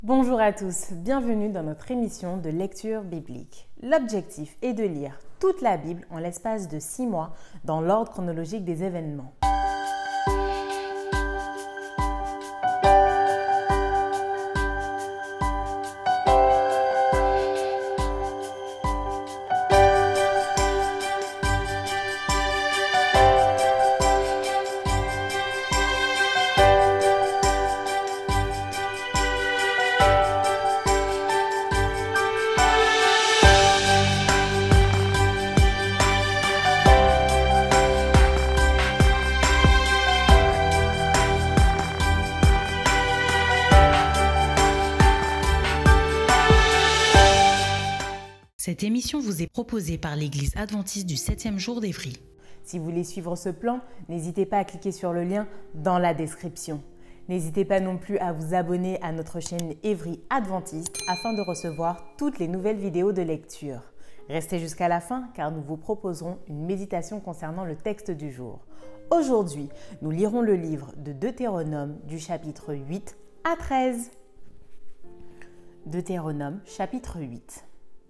Bonjour à tous, bienvenue dans notre émission de lecture biblique. L'objectif est de lire toute la Bible en l'espace de 6 mois dans l'ordre chronologique des événements. Cette émission vous est proposée par l'Église adventiste du 7e jour d'Évry. Si vous voulez suivre ce plan, n'hésitez pas à cliquer sur le lien dans la description. N'hésitez pas non plus à vous abonner à notre chaîne Évry Adventiste afin de recevoir toutes les nouvelles vidéos de lecture. Restez jusqu'à la fin car nous vous proposerons une méditation concernant le texte du jour. Aujourd'hui, nous lirons le livre de Deutéronome du chapitre 8 à 13. Deutéronome chapitre 8.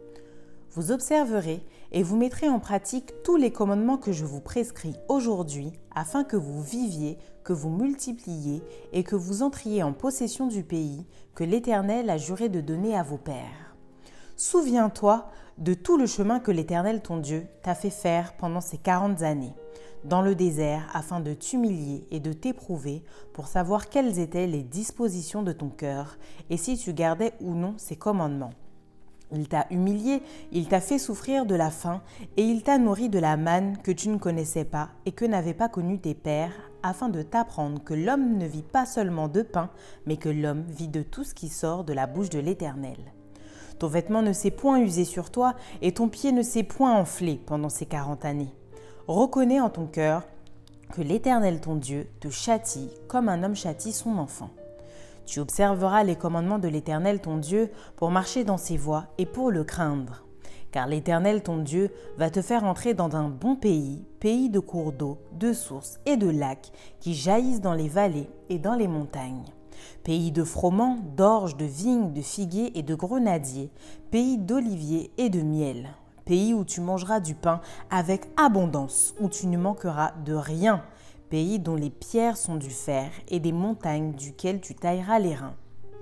Vous observerez et vous mettrez en pratique tous les commandements que je vous prescris aujourd'hui afin que vous viviez, que vous multipliiez et que vous entriez en possession du pays que l'Éternel a juré de donner à vos pères. Souviens-toi de tout le chemin que l'Éternel ton Dieu t'a fait faire pendant ces 40 années, dans le désert afin de t'humilier et de t'éprouver pour savoir quelles étaient les dispositions de ton cœur et si tu gardais ou non ses commandements. Il t'a humilié, il t'a fait souffrir de la faim et il t'a nourri de la manne que tu ne connaissais pas et que n'avaient pas connu tes pères, afin de t'apprendre que l'homme ne vit pas seulement de pain, mais que l'homme vit de tout ce qui sort de la bouche de l'Éternel. Ton vêtement ne s'est point usé sur toi et ton pied ne s'est point enflé pendant ces 40 années. Reconnais en ton cœur que l'Éternel ton Dieu te châtie comme un homme châtie son enfant. Tu observeras les commandements de l'Éternel ton Dieu pour marcher dans ses voies et pour le craindre. Car l'Éternel ton Dieu va te faire entrer dans un bon pays, pays de cours d'eau, de sources et de lacs qui jaillissent dans les vallées et dans les montagnes. Pays de froment, d'orge, de vignes, de figuiers et de grenadiers, pays d'oliviers et de miel. Pays où tu mangeras du pain avec abondance, où tu ne manqueras de rien. Pays dont les pierres sont du fer et des montagnes duquel tu tailleras les reins.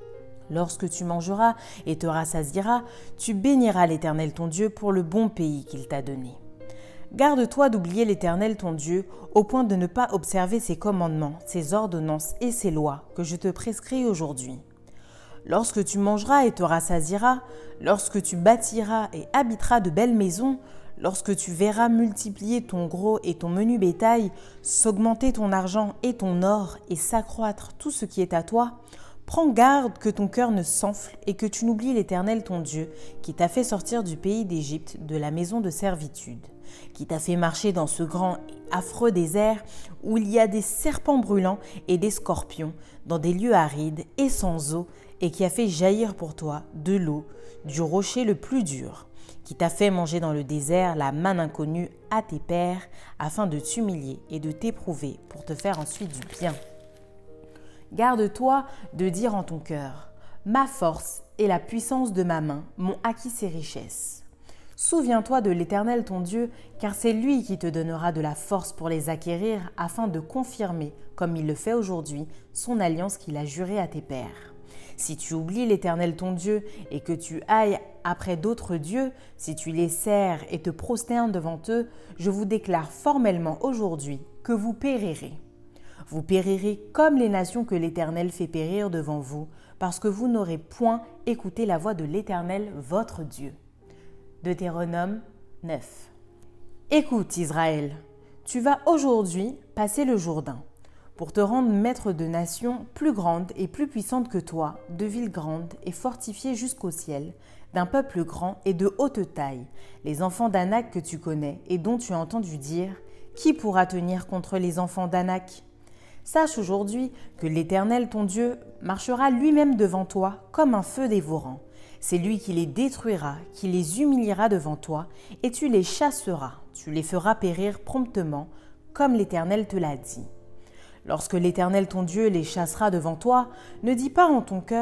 Lorsque tu mangeras et te rassasieras, tu béniras l'Éternel ton Dieu pour le bon pays qu'il t'a donné. Garde-toi d'oublier l'Éternel ton Dieu au point de ne pas observer ses commandements, ses ordonnances et ses lois que je te prescris aujourd'hui. Lorsque tu mangeras et te rassasieras, lorsque tu bâtiras et habiteras de belles maisons, lorsque tu verras multiplier ton gros et ton menu bétail, s'augmenter ton argent et ton or et s'accroître tout ce qui est à toi, prends garde que ton cœur ne s'enfle et que tu n'oublies l'Éternel ton Dieu qui t'a fait sortir du pays d'Égypte, de la maison de servitude, qui t'a fait marcher dans ce grand et affreux désert où il y a des serpents brûlants et des scorpions, dans des lieux arides et sans eau, et qui a fait jaillir pour toi de l'eau du rocher le plus dur, qui t'a fait manger dans le désert la manne inconnue à tes pères, afin de t'humilier et de t'éprouver pour te faire ensuite du bien. Garde-toi de dire en ton cœur, « Ma force et la puissance de ma main m'ont acquis ces richesses. » Souviens-toi de l'Éternel ton Dieu, car c'est lui qui te donnera de la force pour les acquérir, afin de confirmer, comme il le fait aujourd'hui, son alliance qu'il a jurée à tes pères. Si tu oublies l'Éternel ton Dieu et que tu ailles après d'autres dieux, si tu les sers et te prosternes devant eux, je vous déclare formellement aujourd'hui que vous périrez. Vous périrez comme les nations que l'Éternel fait périr devant vous, parce que vous n'aurez point écouté la voix de l'Éternel votre Dieu. Deutéronome 9. Écoute Israël, tu vas aujourd'hui passer le Jourdain, pour te rendre maître de nations plus grandes et plus puissantes que toi, de villes grandes et fortifiées jusqu'au ciel, d'un peuple grand et de haute taille, les enfants d'Anak que tu connais et dont tu as entendu dire « Qui pourra tenir contre les enfants d'Anak ?» Sache aujourd'hui que l'Éternel ton Dieu marchera lui-même devant toi comme un feu dévorant. C'est lui qui les détruira, qui les humiliera devant toi, et tu les chasseras, tu les feras périr promptement, comme l'Éternel te l'a dit. Lorsque l'Éternel ton Dieu les chassera devant toi, ne dis pas en ton cœur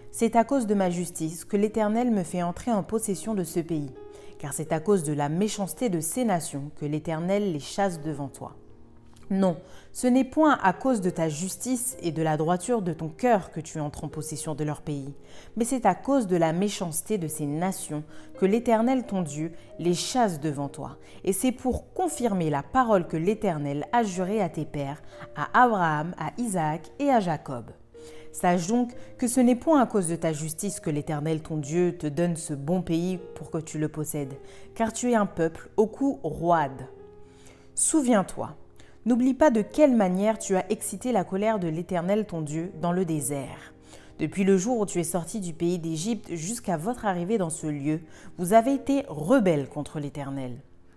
c'est à cause de ma justice que l'Éternel me fait entrer en possession de ce pays, car c'est à cause de la méchanceté de ces nations que l'Éternel les chasse devant toi. Non, ce n'est point à cause de ta justice et de la droiture de ton cœur que tu entres en possession de leur pays, mais c'est à cause de la méchanceté de ces nations que l'Éternel ton Dieu les chasse devant toi. Et c'est pour confirmer la parole que l'Éternel a jurée à tes pères, à Abraham, à Isaac et à Jacob. Sache donc que ce n'est point à cause de ta justice que l'Éternel ton Dieu te donne ce bon pays pour que tu le possèdes, car tu es un peuple au cou roide. Souviens-toi. N'oublie pas de quelle manière tu as excité la colère de l'Éternel ton Dieu dans le désert. Depuis le jour où tu es sorti du pays d'Égypte jusqu'à votre arrivée dans ce lieu, vous avez été rebelles contre l'Éternel.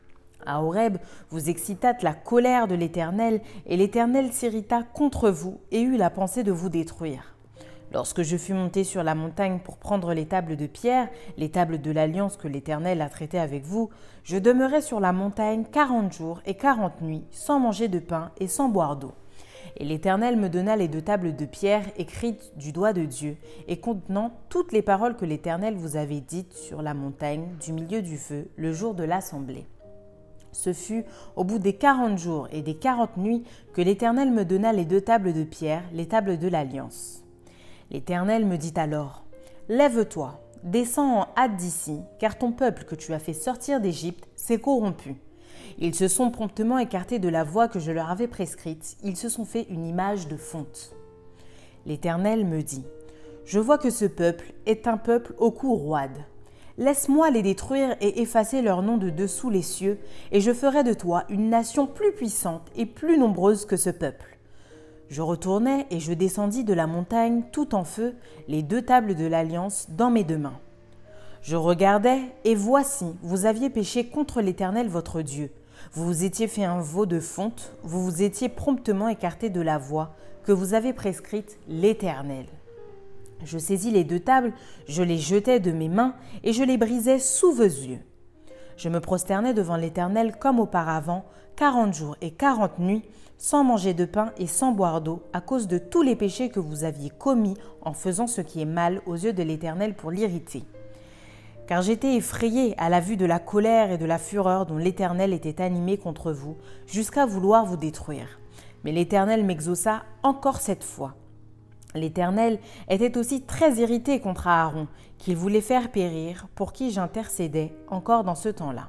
À Horeb, vous excitâtes la colère de l'Éternel, et l'Éternel s'irrita contre vous et eut la pensée de vous détruire. Lorsque je fus monté sur la montagne pour prendre les tables de pierre, les tables de l'alliance que l'Éternel a traitées avec vous, je demeurai sur la montagne 40 jours et 40 nuits, sans manger de pain et sans boire d'eau. Et l'Éternel me donna les 2 tables de pierre écrites du doigt de Dieu et contenant toutes les paroles que l'Éternel vous avait dites sur la montagne du milieu du feu le jour de l'assemblée. Ce fut au bout des 40 jours et des 40 nuits que l'Éternel me donna les 2 tables de pierre, les tables de l'alliance. L'Éternel me dit alors, « Lève-toi, descends en hâte d'ici, car ton peuple que tu as fait sortir d'Égypte s'est corrompu. Ils se sont promptement écartés de la voie que je leur avais prescrite, ils se sont fait une image de fonte. » L'Éternel me dit, « Je vois que ce peuple est un peuple au cou roide. Laisse-moi les détruire et effacer leur nom de dessous les cieux, et je ferai de toi une nation plus puissante et plus nombreuse que ce peuple. » Je retournai et je descendis de la montagne tout en feu, les 2 tables de l'alliance dans mes 2 mains. Je regardai, et voici, vous aviez péché contre l'Éternel votre Dieu. Vous vous étiez fait un veau de fonte, vous vous étiez promptement écarté de la voie que vous avez prescrite l'Éternel. Je saisis les 2 tables, je les jetai de mes mains et je les brisai sous vos yeux. Je me prosternai devant l'Éternel comme auparavant, 40 jours et 40 nuits, sans manger de pain et sans boire d'eau, à cause de tous les péchés que vous aviez commis en faisant ce qui est mal aux yeux de l'Éternel pour l'irriter. Car j'étais effrayé à la vue de la colère et de la fureur dont l'Éternel était animé contre vous, jusqu'à vouloir vous détruire. Mais l'Éternel m'exauça encore cette fois. L'Éternel était aussi très irrité contre Aaron, qu'il voulait faire périr, pour qui j'intercédais encore dans ce temps-là.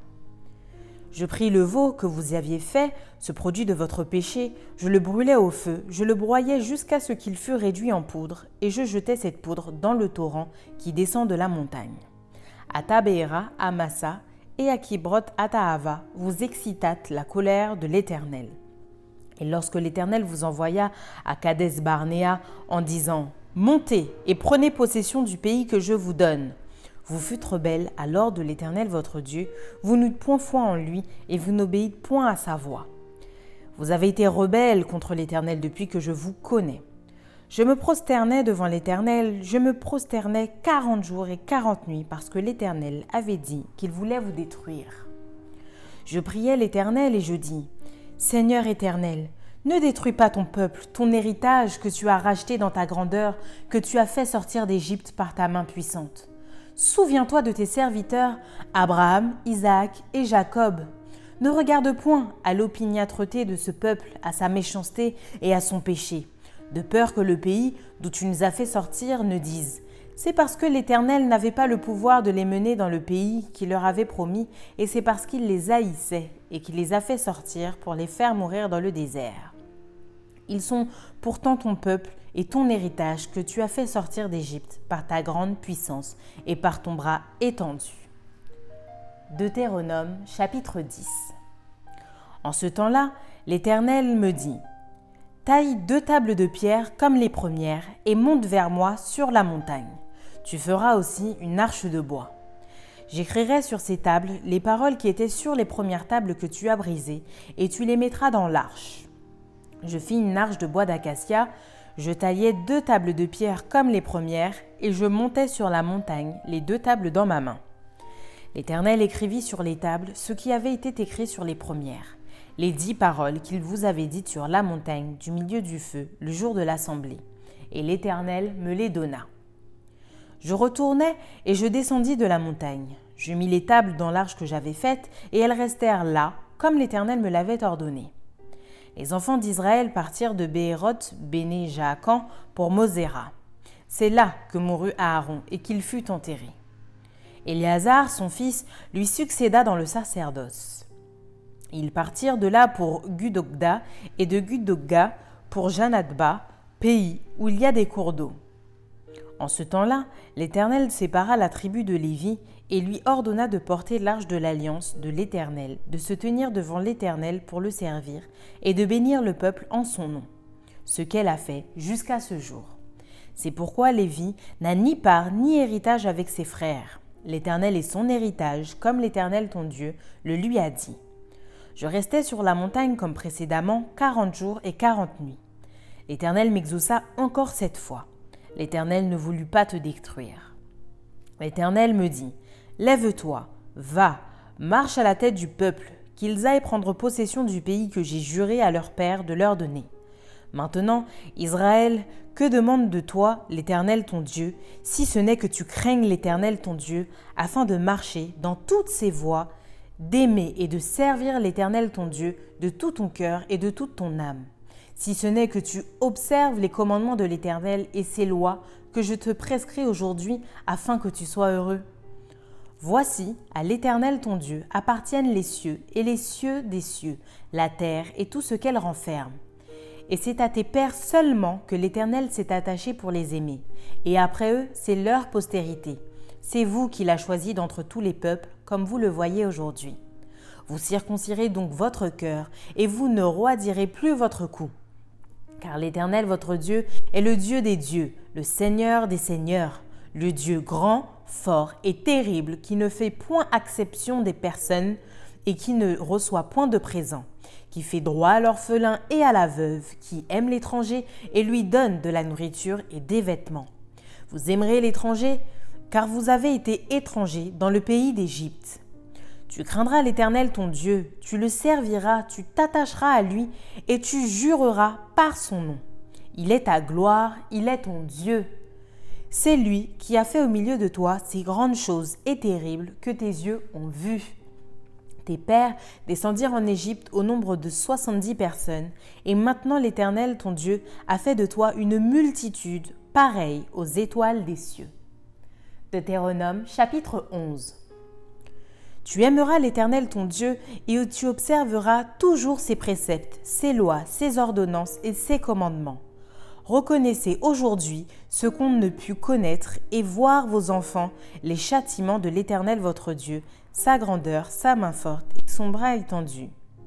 Je pris le veau que vous aviez fait, ce produit de votre péché, je le brûlai au feu, je le broyai jusqu'à ce qu'il fût réduit en poudre, et je jetai cette poudre dans le torrent qui descend de la montagne. À Tabéra, à Massa et à Kibroth Hattaava, vous excitâtes la colère de l'Éternel. Et lorsque l'Éternel vous envoya à Kadès Barnéa en disant « Montez et prenez possession du pays que je vous donne », vous fûtes rebelles à l'ordre de l'Éternel votre Dieu, vous n'eûtes point foi en lui et vous n'obéîtes point à sa voix. Vous avez été rebelles contre l'Éternel depuis que je vous connais. Je me prosternais devant l'Éternel, je me prosternais 40 jours et 40 nuits parce que l'Éternel avait dit qu'il voulait vous détruire. Je priai l'Éternel et je dis « Seigneur Éternel, ne détruis pas ton peuple, ton héritage que tu as racheté dans ta grandeur, que tu as fait sortir d'Égypte par ta main puissante. Souviens-toi de tes serviteurs, Abraham, Isaac et Jacob. Ne regarde point à l'opiniâtreté de ce peuple, à sa méchanceté et à son péché, de peur que le pays d'où tu nous as fait sortir ne dise « C'est parce que l'Éternel n'avait pas le pouvoir de les mener dans le pays qu'il leur avait promis, et c'est parce qu'il les haïssait et qu'il les a fait sortir pour les faire mourir dans le désert. Ils sont pourtant ton peuple et ton héritage que tu as fait sortir d'Égypte par ta grande puissance et par ton bras étendu. » Deutéronome chapitre 10. En ce temps-là, l'Éternel me dit « Taille 2 tables de pierre comme les premières et monte vers moi sur la montagne. Tu feras aussi une arche de bois. J'écrirai sur ces tables les paroles qui étaient sur les premières tables que tu as brisées et tu les mettras dans l'arche. Je fis une arche de bois d'acacia. Je taillai 2 tables de pierre comme les premières, et je montai sur la montagne, les 2 tables dans ma main. L'Éternel écrivit sur les tables ce qui avait été écrit sur les premières, les 10 paroles qu'il vous avait dites sur la montagne du milieu du feu, le jour de l'assemblée. Et l'Éternel me les donna. Je retournai et je descendis de la montagne. Je mis les tables dans l'arche que j'avais faite, et elles restèrent là, comme l'Éternel me l'avait ordonné. Les enfants d'Israël partirent de Béhéroth, Béné Jaakan, pour Moséra. C'est là que mourut Aaron et qu'il fut enterré. Éléazar, son fils, lui succéda dans le sacerdoce. Ils partirent de là pour Gudogda et de Gudogda pour Janadba, pays où il y a des cours d'eau. En ce temps-là, l'Éternel sépara la tribu de Lévi et lui ordonna de porter l'arche de l'alliance de l'Éternel, de se tenir devant l'Éternel pour le servir et de bénir le peuple en son nom, ce qu'elle a fait jusqu'à ce jour. C'est pourquoi Lévi n'a ni part ni héritage avec ses frères. L'Éternel est son héritage, comme l'Éternel ton Dieu le lui a dit. Je restai sur la montagne comme précédemment 40 jours et 40 nuits. L'Éternel m'exauça encore 7 fois. L'Éternel ne voulut pas te détruire. L'Éternel me dit, « Lève-toi, va, marche à la tête du peuple, qu'ils aillent prendre possession du pays que j'ai juré à leur père de leur donner. Maintenant, Israël, que demande de toi l'Éternel ton Dieu, si ce n'est que tu craignes l'Éternel ton Dieu, afin de marcher dans toutes ses voies, d'aimer et de servir l'Éternel ton Dieu de tout ton cœur et de toute ton âme. Si ce n'est que tu observes les commandements de l'Éternel et ses lois que je te prescris aujourd'hui afin que tu sois heureux. Voici, à l'Éternel ton Dieu appartiennent les cieux et les cieux des cieux, la terre et tout ce qu'elle renferme. Et c'est à tes pères seulement que l'Éternel s'est attaché pour les aimer. Et après eux, c'est leur postérité. C'est vous qui l'a choisi d'entre tous les peuples, comme vous le voyez aujourd'hui. Vous circoncirez donc votre cœur, et vous ne roidirez plus votre cou. Car l'Éternel, votre Dieu, est le Dieu des dieux, le Seigneur des seigneurs, le Dieu grand, fort et terrible, qui ne fait point acception des personnes et qui ne reçoit point de présent, qui fait droit à l'orphelin et à la veuve, qui aime l'étranger et lui donne de la nourriture et des vêtements. Vous aimerez l'étranger, car vous avez été étrangers dans le pays d'Égypte. Tu craindras l'Éternel ton Dieu, tu le serviras, tu t'attacheras à lui et tu jureras par son nom. Il est ta gloire, il est ton Dieu. C'est lui qui a fait au milieu de toi ces grandes choses et terribles que tes yeux ont vues. Tes pères descendirent en Égypte au nombre de 70 personnes, et maintenant l'Éternel ton Dieu a fait de toi une multitude pareille aux étoiles des cieux. Deutéronome chapitre 11. Tu aimeras l'Éternel ton Dieu et tu observeras toujours ses préceptes, ses lois, ses ordonnances et ses commandements. Reconnaissez aujourd'hui ce qu'on ne put connaître et voir vos enfants les châtiments de l'Éternel votre Dieu, sa grandeur, sa main forte et son bras étendu.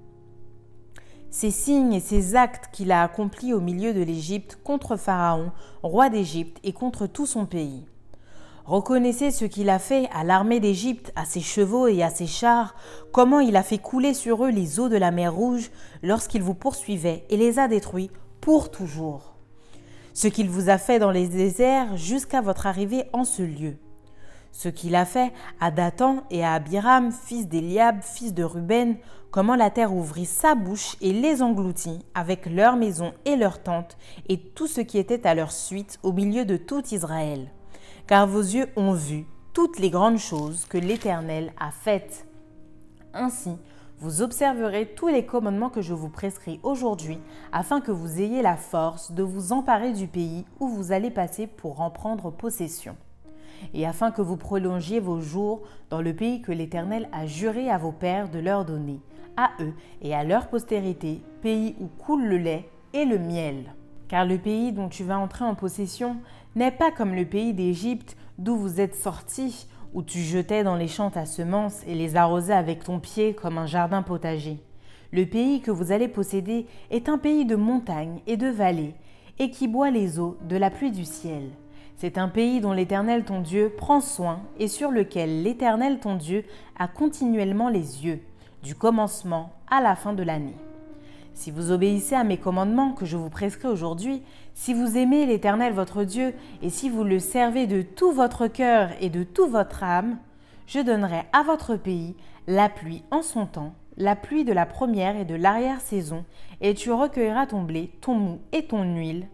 Ces signes et ces actes qu'il a accomplis au milieu de l'Égypte contre Pharaon, roi d'Égypte, et contre tout son pays. Reconnaissez ce qu'il a fait à l'armée d'Égypte, à ses chevaux et à ses chars, comment il a fait couler sur eux les eaux de la mer Rouge lorsqu'il vous poursuivait et les a détruits pour toujours. Ce qu'il vous a fait dans les déserts jusqu'à votre arrivée en ce lieu. Ce qu'il a fait à Dathan et à Abiram, fils d'Éliab, fils de Ruben, comment la terre ouvrit sa bouche et les engloutit avec leurs maisons et leurs tentes et tout ce qui était à leur suite au milieu de tout Israël. Car vos yeux ont vu toutes les grandes choses que l'Éternel a faites. Ainsi, vous observerez tous les commandements que je vous prescris aujourd'hui, afin que vous ayez la force de vous emparer du pays où vous allez passer pour en prendre possession, et afin que vous prolongiez vos jours dans le pays que l'Éternel a juré à vos pères de leur donner, à eux et à leur postérité, pays où coule le lait et le miel. Car le pays dont tu vas entrer en possession n'est pas comme le pays d'Égypte d'où vous êtes sortis, où tu jetais dans les champs ta semence et les arrosais avec ton pied comme un jardin potager. Le pays que vous allez posséder est un pays de montagnes et de vallées, et qui boit les eaux de la pluie du ciel. C'est un pays dont l'Éternel ton Dieu prend soin et sur lequel l'Éternel ton Dieu a continuellement les yeux, du commencement à la fin de l'année. Si vous obéissez à mes commandements que je vous prescris aujourd'hui, si vous aimez l'Éternel votre Dieu et si vous le servez de tout votre cœur et de toute votre âme, je donnerai à votre pays la pluie en son temps, la pluie de la première et de l'arrière-saison, et tu recueilleras ton blé, ton mou et ton huile.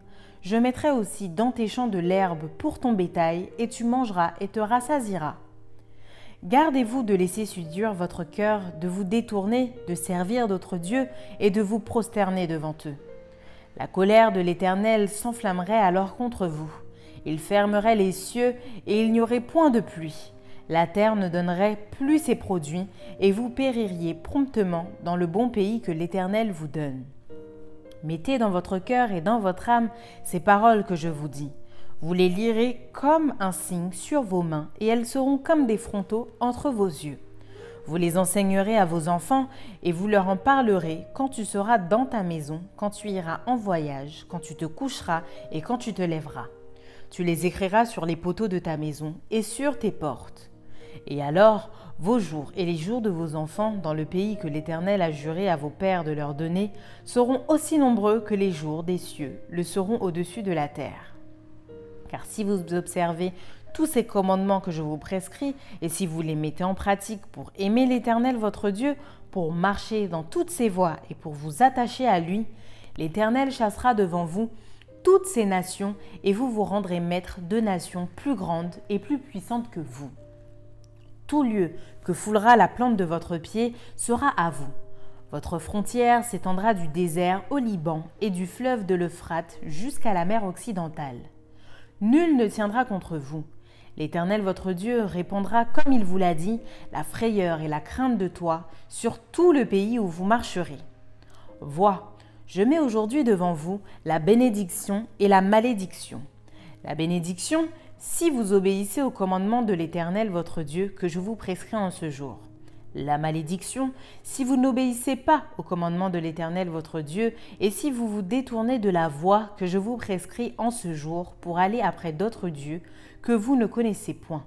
Je mettrai aussi dans tes champs de l'herbe pour ton bétail, et tu mangeras et te rassasieras. Gardez-vous de laisser séduire votre cœur, de vous détourner, de servir d'autres dieux et de vous prosterner devant eux. La colère de l'Éternel s'enflammerait alors contre vous. Il fermerait les cieux et il n'y aurait point de pluie. La terre ne donnerait plus ses produits et vous péririez promptement dans le bon pays que l'Éternel vous donne. Mettez dans votre cœur et dans votre âme ces paroles que je vous dis. Vous les lirez comme un signe sur vos mains et elles seront comme des frontaux entre vos yeux. Vous les enseignerez à vos enfants et vous leur en parlerez quand tu seras dans ta maison, quand tu iras en voyage, quand tu te coucheras et quand tu te lèveras. Tu les écriras sur les poteaux de ta maison et sur tes portes. Et alors, vos jours et les jours de vos enfants dans le pays que l'Éternel a juré à vos pères de leur donner seront aussi nombreux que les jours des cieux le seront au-dessus de la terre. Car si vous observez tous ces commandements que je vous prescris, et si vous les mettez en pratique pour aimer l'Éternel votre Dieu, pour marcher dans toutes ses voies et pour vous attacher à lui, l'Éternel chassera devant vous toutes ces nations et vous vous rendrez maître de nations plus grandes et plus puissantes que vous. Tout lieu que foulera la plante de votre pied sera à vous. Votre frontière s'étendra du désert au Liban et du fleuve de l'Euphrate jusqu'à la mer occidentale. Nul ne tiendra contre vous. L'Éternel votre Dieu répandra, comme il vous l'a dit, la frayeur et la crainte de toi sur tout le pays où vous marcherez. Vois, je mets aujourd'hui devant vous la bénédiction et la malédiction. La bénédiction, si vous obéissez au commandement de l'Éternel votre Dieu que je vous prescris en ce jour. La malédiction, si vous n'obéissez pas au commandement de l'Éternel votre Dieu et si vous vous détournez de la voie que je vous prescris en ce jour pour aller après d'autres dieux que vous ne connaissez point.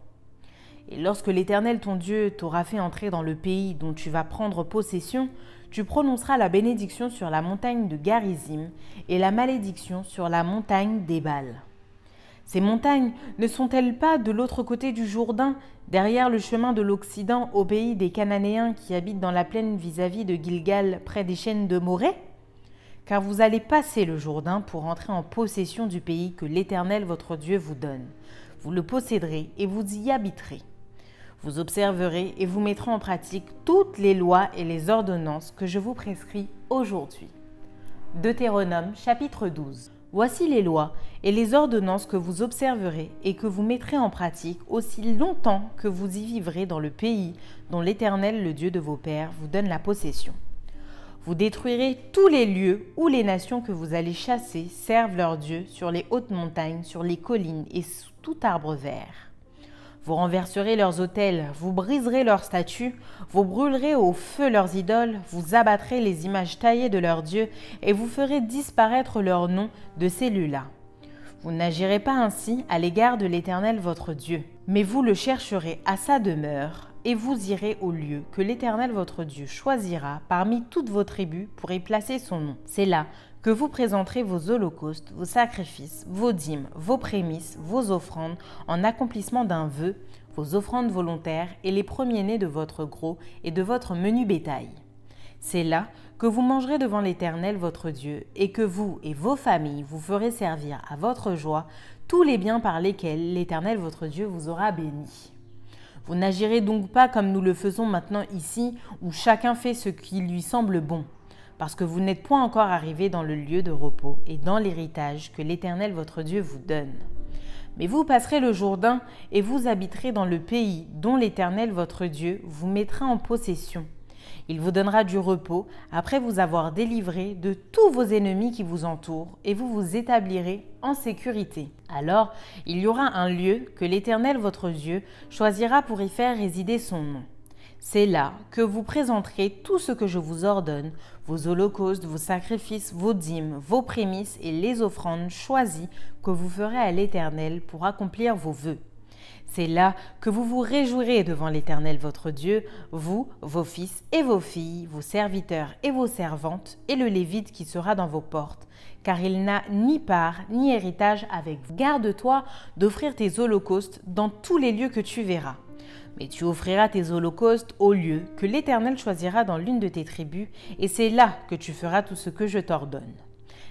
Et lorsque l'Éternel ton Dieu t'aura fait entrer dans le pays dont tu vas prendre possession, tu prononceras la bénédiction sur la montagne de Garizim et la malédiction sur la montagne d'Ébal. Ces montagnes ne sont-elles pas de l'autre côté du Jourdain, derrière le chemin de l'Occident au pays des Cananéens qui habitent dans la plaine vis-à-vis de Gilgal près des chênes de Morée ? Car vous allez passer le Jourdain pour entrer en possession du pays que l'Éternel votre Dieu vous donne. Vous le posséderez et vous y habiterez. Vous observerez et vous mettrez en pratique toutes les lois et les ordonnances que je vous prescris aujourd'hui. Deutéronome chapitre 12. Voici les lois et les ordonnances que vous observerez et que vous mettrez en pratique aussi longtemps que vous y vivrez dans le pays dont l'Éternel, le Dieu de vos pères, vous donne la possession. Vous détruirez tous les lieux où les nations que vous allez chasser servent leurs dieux sur les hautes montagnes, sur les collines et sous tout arbre vert. Vous renverserez leurs autels, vous briserez leurs statues, vous brûlerez au feu leurs idoles, vous abattrez les images taillées de leurs dieux et vous ferez disparaître leurs noms de ces lieux-là. Vous n'agirez pas ainsi à l'égard de l'Éternel votre Dieu, mais vous le chercherez à sa demeure et vous irez au lieu que l'Éternel votre Dieu choisira parmi toutes vos tribus pour y placer son nom. C'est là que vous présenterez vos holocaustes, vos sacrifices, vos dîmes, vos prémices, vos offrandes en accomplissement d'un vœu, vos offrandes volontaires et les premiers-nés de votre gros et de votre menu bétail. C'est là que vous mangerez devant l'Éternel votre Dieu et que vous et vos familles vous ferez servir à votre joie tous les biens par lesquels l'Éternel votre Dieu vous aura béni. Vous n'agirez donc pas comme nous le faisons maintenant ici, où chacun fait ce qui lui semble bon, parce que vous n'êtes point encore arrivés dans le lieu de repos et dans l'héritage que l'Éternel votre Dieu vous donne. Mais vous passerez le Jourdain et vous habiterez dans le pays dont l'Éternel votre Dieu vous mettra en possession. Il vous donnera du repos après vous avoir délivré de tous vos ennemis qui vous entourent et vous vous établirez en sécurité. Alors, il y aura un lieu que l'Éternel votre Dieu choisira pour y faire résider son nom. C'est là que vous présenterez tout ce que je vous ordonne, vos holocaustes, vos sacrifices, vos dîmes, vos prémices et les offrandes choisies que vous ferez à l'Éternel pour accomplir vos vœux. C'est là que vous vous réjouirez devant l'Éternel votre Dieu, vous, vos fils et vos filles, vos serviteurs et vos servantes, et le Lévite qui sera dans vos portes, car il n'a ni part ni héritage avec vous. Garde-toi d'offrir tes holocaustes dans tous les lieux que tu verras. Mais tu offriras tes holocaustes au lieu que l'Éternel choisira dans l'une de tes tribus, et c'est là que tu feras tout ce que je t'ordonne.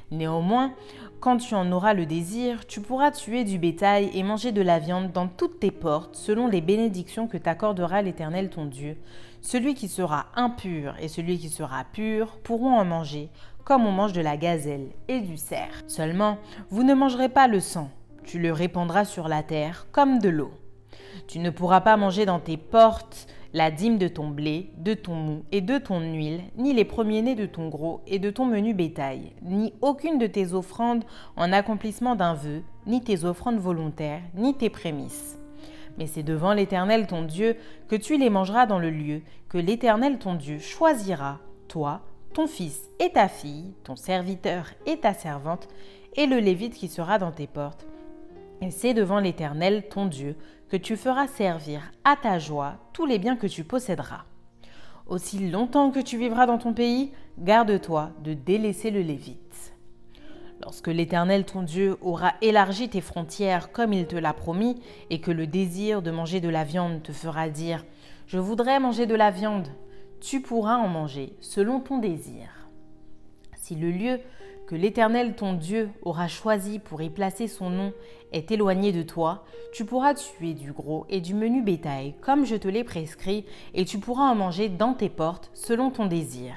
Néanmoins, quand tu en auras le désir, tu pourras tuer du bétail et manger de la viande dans toutes tes portes, selon les bénédictions que t'accordera l'Éternel ton Dieu. Celui qui sera impur et celui qui sera pur pourront en manger, comme on mange de la gazelle et du cerf. Seulement, vous ne mangerez pas le sang, tu le répandras sur la terre comme de l'eau. Tu ne pourras pas manger dans tes portes la dîme de ton blé, de ton mou et de ton huile, ni les premiers-nés de ton gros et de ton menu bétail, ni aucune de tes offrandes en accomplissement d'un vœu, ni tes offrandes volontaires, ni tes prémices. Mais c'est devant l'Éternel ton Dieu que tu les mangeras dans le lieu que l'Éternel ton Dieu choisira, toi, ton fils et ta fille, ton serviteur et ta servante, et le Lévite qui sera dans tes portes. Et c'est devant l'Éternel ton Dieu que tu feras servir à ta joie tous les biens que tu posséderas. Aussi longtemps que tu vivras dans ton pays, garde-toi de délaisser le Lévite. Lorsque l'Éternel ton Dieu aura élargi tes frontières comme il te l'a promis, et que le désir de manger de la viande te fera dire « Je voudrais manger de la viande », tu pourras en manger selon ton désir. Si le lieu que l'Éternel ton Dieu aura choisi pour y placer son nom est éloigné de toi, tu pourras tuer du gros et du menu bétail comme je te l'ai prescrit, et tu pourras en manger dans tes portes selon ton désir.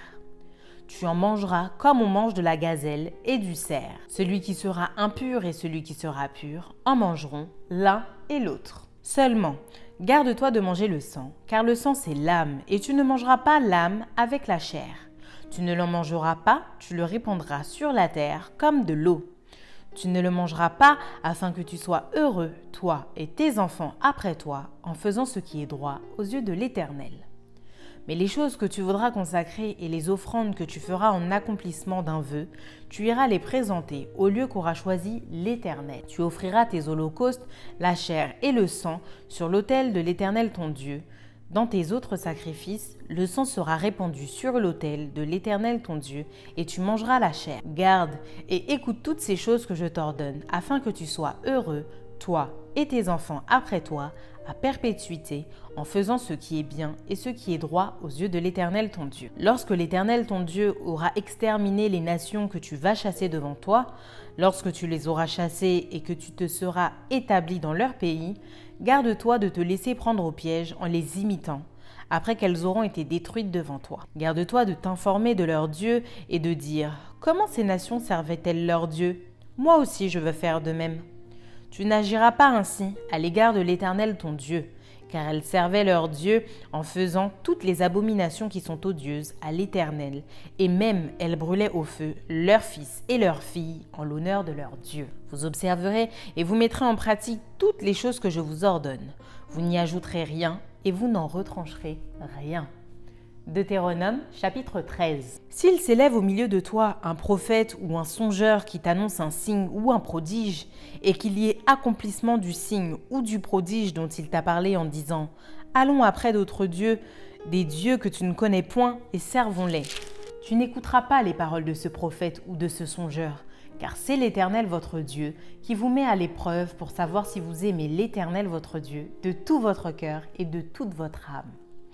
Tu en mangeras comme on mange de la gazelle et du cerf. Celui qui sera impur et celui qui sera pur en mangeront l'un et l'autre. Seulement, garde-toi de manger le sang, car le sang c'est l'âme, et tu ne mangeras pas l'âme avec la chair. Tu ne l'en mangeras pas, tu le répandras sur la terre comme de l'eau. Tu ne le mangeras pas afin que tu sois heureux, toi et tes enfants après toi, en faisant ce qui est droit aux yeux de l'Éternel. Mais les choses que tu voudras consacrer et les offrandes que tu feras en accomplissement d'un vœu, tu iras les présenter au lieu qu'aura choisi l'Éternel. Tu offriras tes holocaustes, la chair et le sang sur l'autel de l'Éternel ton Dieu. Dans tes autres sacrifices, le sang sera répandu sur l'autel de l'Éternel ton Dieu, et tu mangeras la chair. Garde et écoute toutes ces choses que je t'ordonne, afin que tu sois heureux, toi et tes enfants après toi, à perpétuité, en faisant ce qui est bien et ce qui est droit aux yeux de l'Éternel ton Dieu. Lorsque l'Éternel ton Dieu aura exterminé les nations que tu vas chasser devant toi, lorsque tu les auras chassées et que tu te seras établi dans leur pays, garde-toi de te laisser prendre au piège en les imitant, après qu'elles auront été détruites devant toi. Garde-toi de t'informer de leur Dieu et de dire « Comment ces nations servaient-elles leur Dieu ? Moi aussi je veux faire de même. » Tu n'agiras pas ainsi à l'égard de l'Éternel ton Dieu, car elles servaient leur Dieu en faisant toutes les abominations qui sont odieuses à l'Éternel, et même elles brûlaient au feu leurs fils et leurs filles en l'honneur de leur Dieu. Vous observerez et vous mettrez en pratique toutes les choses que je vous ordonne. Vous n'y ajouterez rien et vous n'en retrancherez rien. Deutéronome chapitre 13. S'il s'élève au milieu de toi un prophète ou un songeur qui t'annonce un signe ou un prodige, et qu'il y ait accomplissement du signe ou du prodige dont il t'a parlé en disant « Allons après d'autres dieux, des dieux que tu ne connais point, et servons-les », tu n'écouteras pas les paroles de ce prophète ou de ce songeur, car c'est l'Éternel votre Dieu qui vous met à l'épreuve pour savoir si vous aimez l'Éternel votre Dieu de tout votre cœur et de toute votre âme.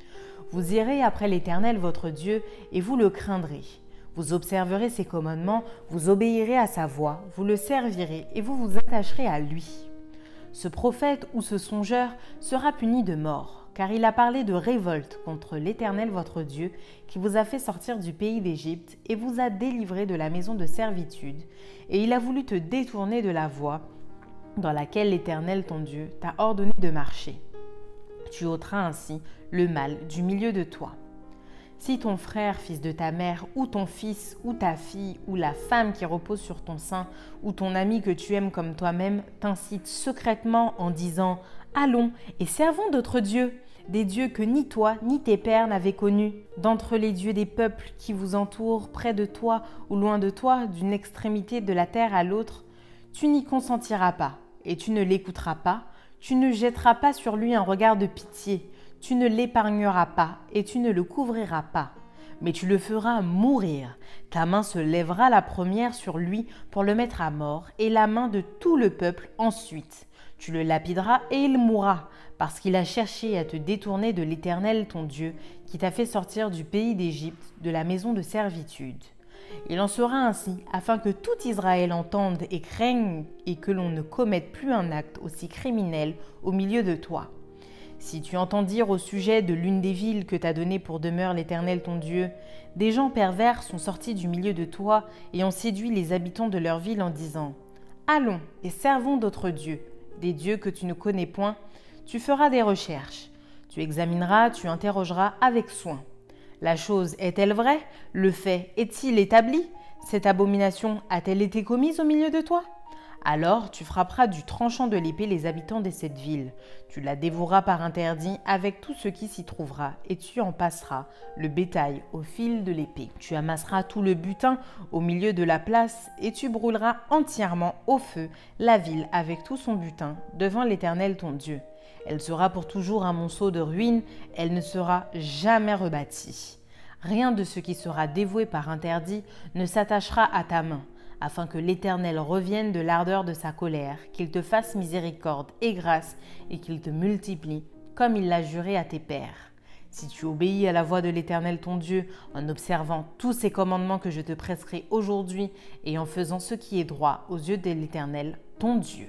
Vous irez après l'Éternel votre Dieu et vous le craindrez. Vous observerez ses commandements, vous obéirez à sa voix, vous le servirez et vous vous attacherez à lui. Ce prophète ou ce songeur sera puni de mort, car il a parlé de révolte contre l'Éternel votre Dieu qui vous a fait sortir du pays d'Égypte et vous a délivré de la maison de servitude, et il a voulu te détourner de la voie dans laquelle l'Éternel ton Dieu t'a ordonné de marcher. Tu ôteras ainsi le mal du milieu de toi. Si ton frère, fils de ta mère, ou ton fils, ou ta fille, ou la femme qui repose sur ton sein, ou ton ami que tu aimes comme toi-même, t'incite secrètement en disant « Allons et servons d'autres dieux », des dieux que ni toi ni tes pères n'avaient connus, d'entre les dieux des peuples qui vous entourent, près de toi ou loin de toi, d'une extrémité de la terre à l'autre, tu n'y consentiras pas, et tu ne l'écouteras pas, tu ne jetteras pas sur lui un regard de pitié, tu ne l'épargneras pas et tu ne le couvriras pas, mais tu le feras mourir. Ta main se lèvera la première sur lui pour le mettre à mort, et la main de tout le peuple ensuite. Tu le lapideras et il mourra, parce qu'il a cherché à te détourner de l'Éternel ton Dieu, qui t'a fait sortir du pays d'Égypte, de la maison de servitude. Il en sera ainsi, afin que tout Israël entende et craigne et que l'on ne commette plus un acte aussi criminel au milieu de toi. Si tu entends dire au sujet de l'une des villes que t'a données pour demeure l'Éternel ton Dieu, des gens pervers sont sortis du milieu de toi et ont séduit les habitants de leur ville en disant « Allons et servons d'autres dieux, des dieux que tu ne connais point, tu feras des recherches. Tu examineras, tu interrogeras avec soin. La chose est-elle vraie? Le fait est-il établi? Cette abomination a-t-elle été commise au milieu de toi? Alors tu frapperas du tranchant de l'épée les habitants de cette ville. Tu la dévoreras par interdit avec tout ce qui s'y trouvera, et tu en passeras le bétail au fil de l'épée. Tu amasseras tout le butin au milieu de la place, et tu brûleras entièrement au feu la ville avec tout son butin devant l'Éternel ton Dieu. Elle sera pour toujours un monceau de ruines, elle ne sera jamais rebâtie. Rien de ce qui sera dévoué par interdit ne s'attachera à ta main, afin que l'Éternel revienne de l'ardeur de sa colère, qu'il te fasse miséricorde et grâce, et qu'il te multiplie, comme il l'a juré à tes pères. Si tu obéis à la voix de l'Éternel ton Dieu, en observant tous ces commandements que je te prescris aujourd'hui, et en faisant ce qui est droit aux yeux de l'Éternel ton Dieu.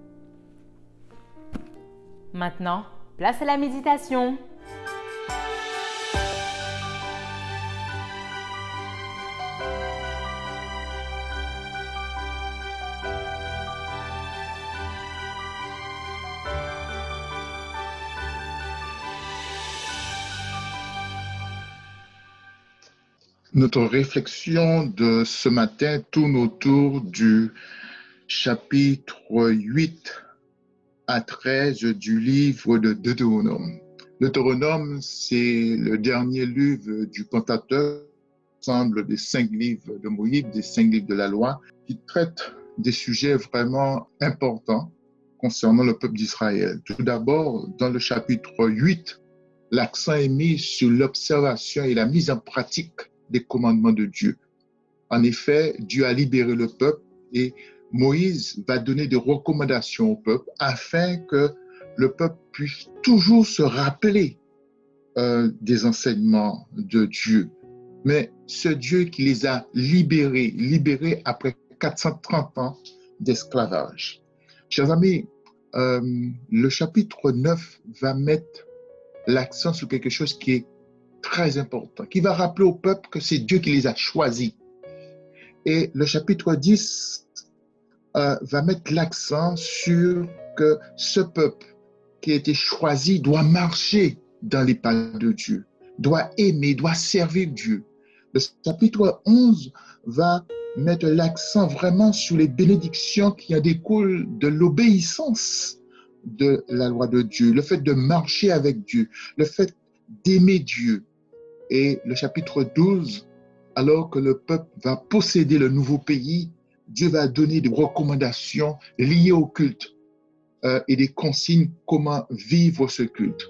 Maintenant, place à la méditation. Notre réflexion de ce matin tourne autour du chapitre 8 à 13 du livre de Deutéronome. Deutéronome, c'est le dernier livre du Pentateuque, ensemble des 5 livres de Moïse, des 5 livres de la loi, qui traite des sujets vraiment importants concernant le peuple d'Israël. Tout d'abord, dans le chapitre 8, l'accent est mis sur l'observation et la mise en pratique des commandements de Dieu. En effet, Dieu a libéré le peuple et Moïse va donner des recommandations au peuple afin que le peuple puisse toujours se rappeler des enseignements de Dieu. Mais ce Dieu qui les a libérés après 430 ans d'esclavage. Chers amis, le chapitre 9 va mettre l'accent sur quelque chose qui est très important, qui va rappeler au peuple que c'est Dieu qui les a choisis. Et le chapitre 10 va mettre l'accent sur que ce peuple qui a été choisi doit marcher dans les pas de Dieu, doit aimer, doit servir Dieu. Le chapitre 11 va mettre l'accent vraiment sur les bénédictions qui en découlent de l'obéissance de la loi de Dieu, le fait de marcher avec Dieu, le fait d'aimer Dieu. Et le chapitre 12, alors que le peuple va posséder le nouveau pays, Dieu va donner des recommandations liées au culte et des consignes comment vivre ce culte.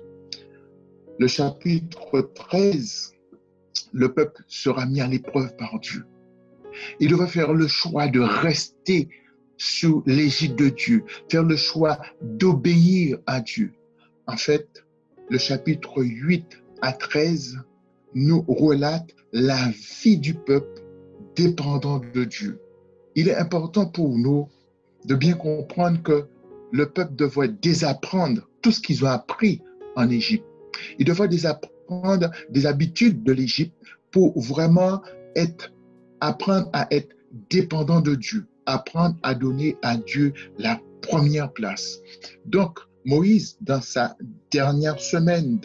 Le chapitre 13, le peuple sera mis à l'épreuve par Dieu. Il devra faire le choix de rester sous l'égide de Dieu, faire le choix d'obéir à Dieu. En fait, le chapitre 8 à 13 nous relate la vie du peuple dépendant de Dieu. Il est important pour nous de bien comprendre que le peuple devrait désapprendre tout ce qu'ils ont appris en Égypte. Il devrait désapprendre des habitudes de l'Égypte pour vraiment apprendre à être dépendant de Dieu, apprendre à donner à Dieu la première place. Donc, Moïse, dans ces dernières semaines,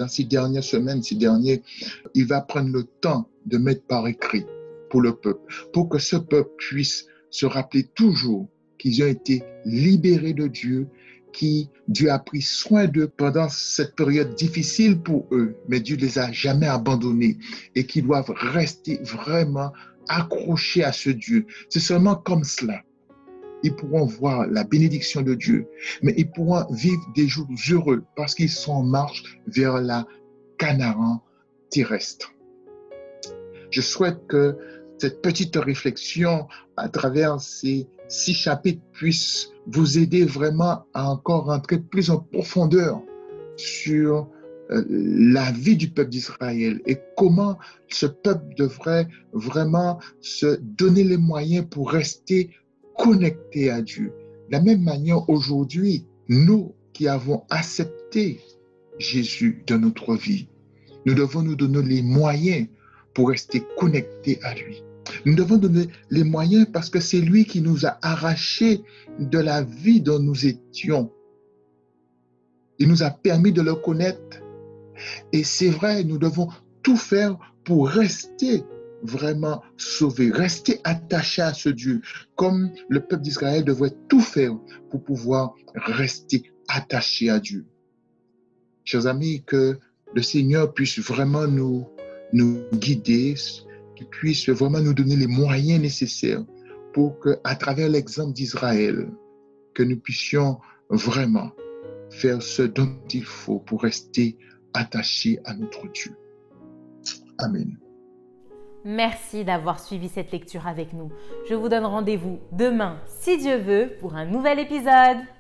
il va prendre le temps de mettre par écrit pour le peuple, pour que ce peuple puisse se rappeler toujours qu'ils ont été libérés de Dieu, Dieu a pris soin d'eux pendant cette période difficile pour eux, mais Dieu ne les a jamais abandonnés et qu'ils doivent rester vraiment accrochés à ce Dieu. C'est seulement comme cela ils pourront voir la bénédiction de Dieu, mais ils pourront vivre des jours heureux parce qu'ils sont en marche vers la Canaan terrestre. Je souhaite que cette petite réflexion à travers ces 6 chapitres puisse vous aider vraiment à encore rentrer plus en profondeur sur la vie du peuple d'Israël et comment ce peuple devrait vraiment se donner les moyens pour rester connecté à Dieu. De la même manière, aujourd'hui, nous qui avons accepté Jésus dans notre vie, nous devons nous donner les moyens pour rester connectés à lui. Nous devons donner les moyens parce que c'est lui qui nous a arrachés de la vie dont nous étions. Il nous a permis de le connaître. Et c'est vrai, nous devons tout faire pour rester vraiment sauvés, rester attachés à ce Dieu, comme le peuple d'Israël devrait tout faire pour pouvoir rester attaché à Dieu. Chers amis, que le Seigneur puisse vraiment nous guider, qu'il puisse vraiment nous donner les moyens nécessaires pour qu'à travers l'exemple d'Israël, que nous puissions vraiment faire ce dont il faut pour rester attachés à notre Dieu. Amen. Merci d'avoir suivi cette lecture avec nous. Je vous donne rendez-vous demain, si Dieu veut, pour un nouvel épisode.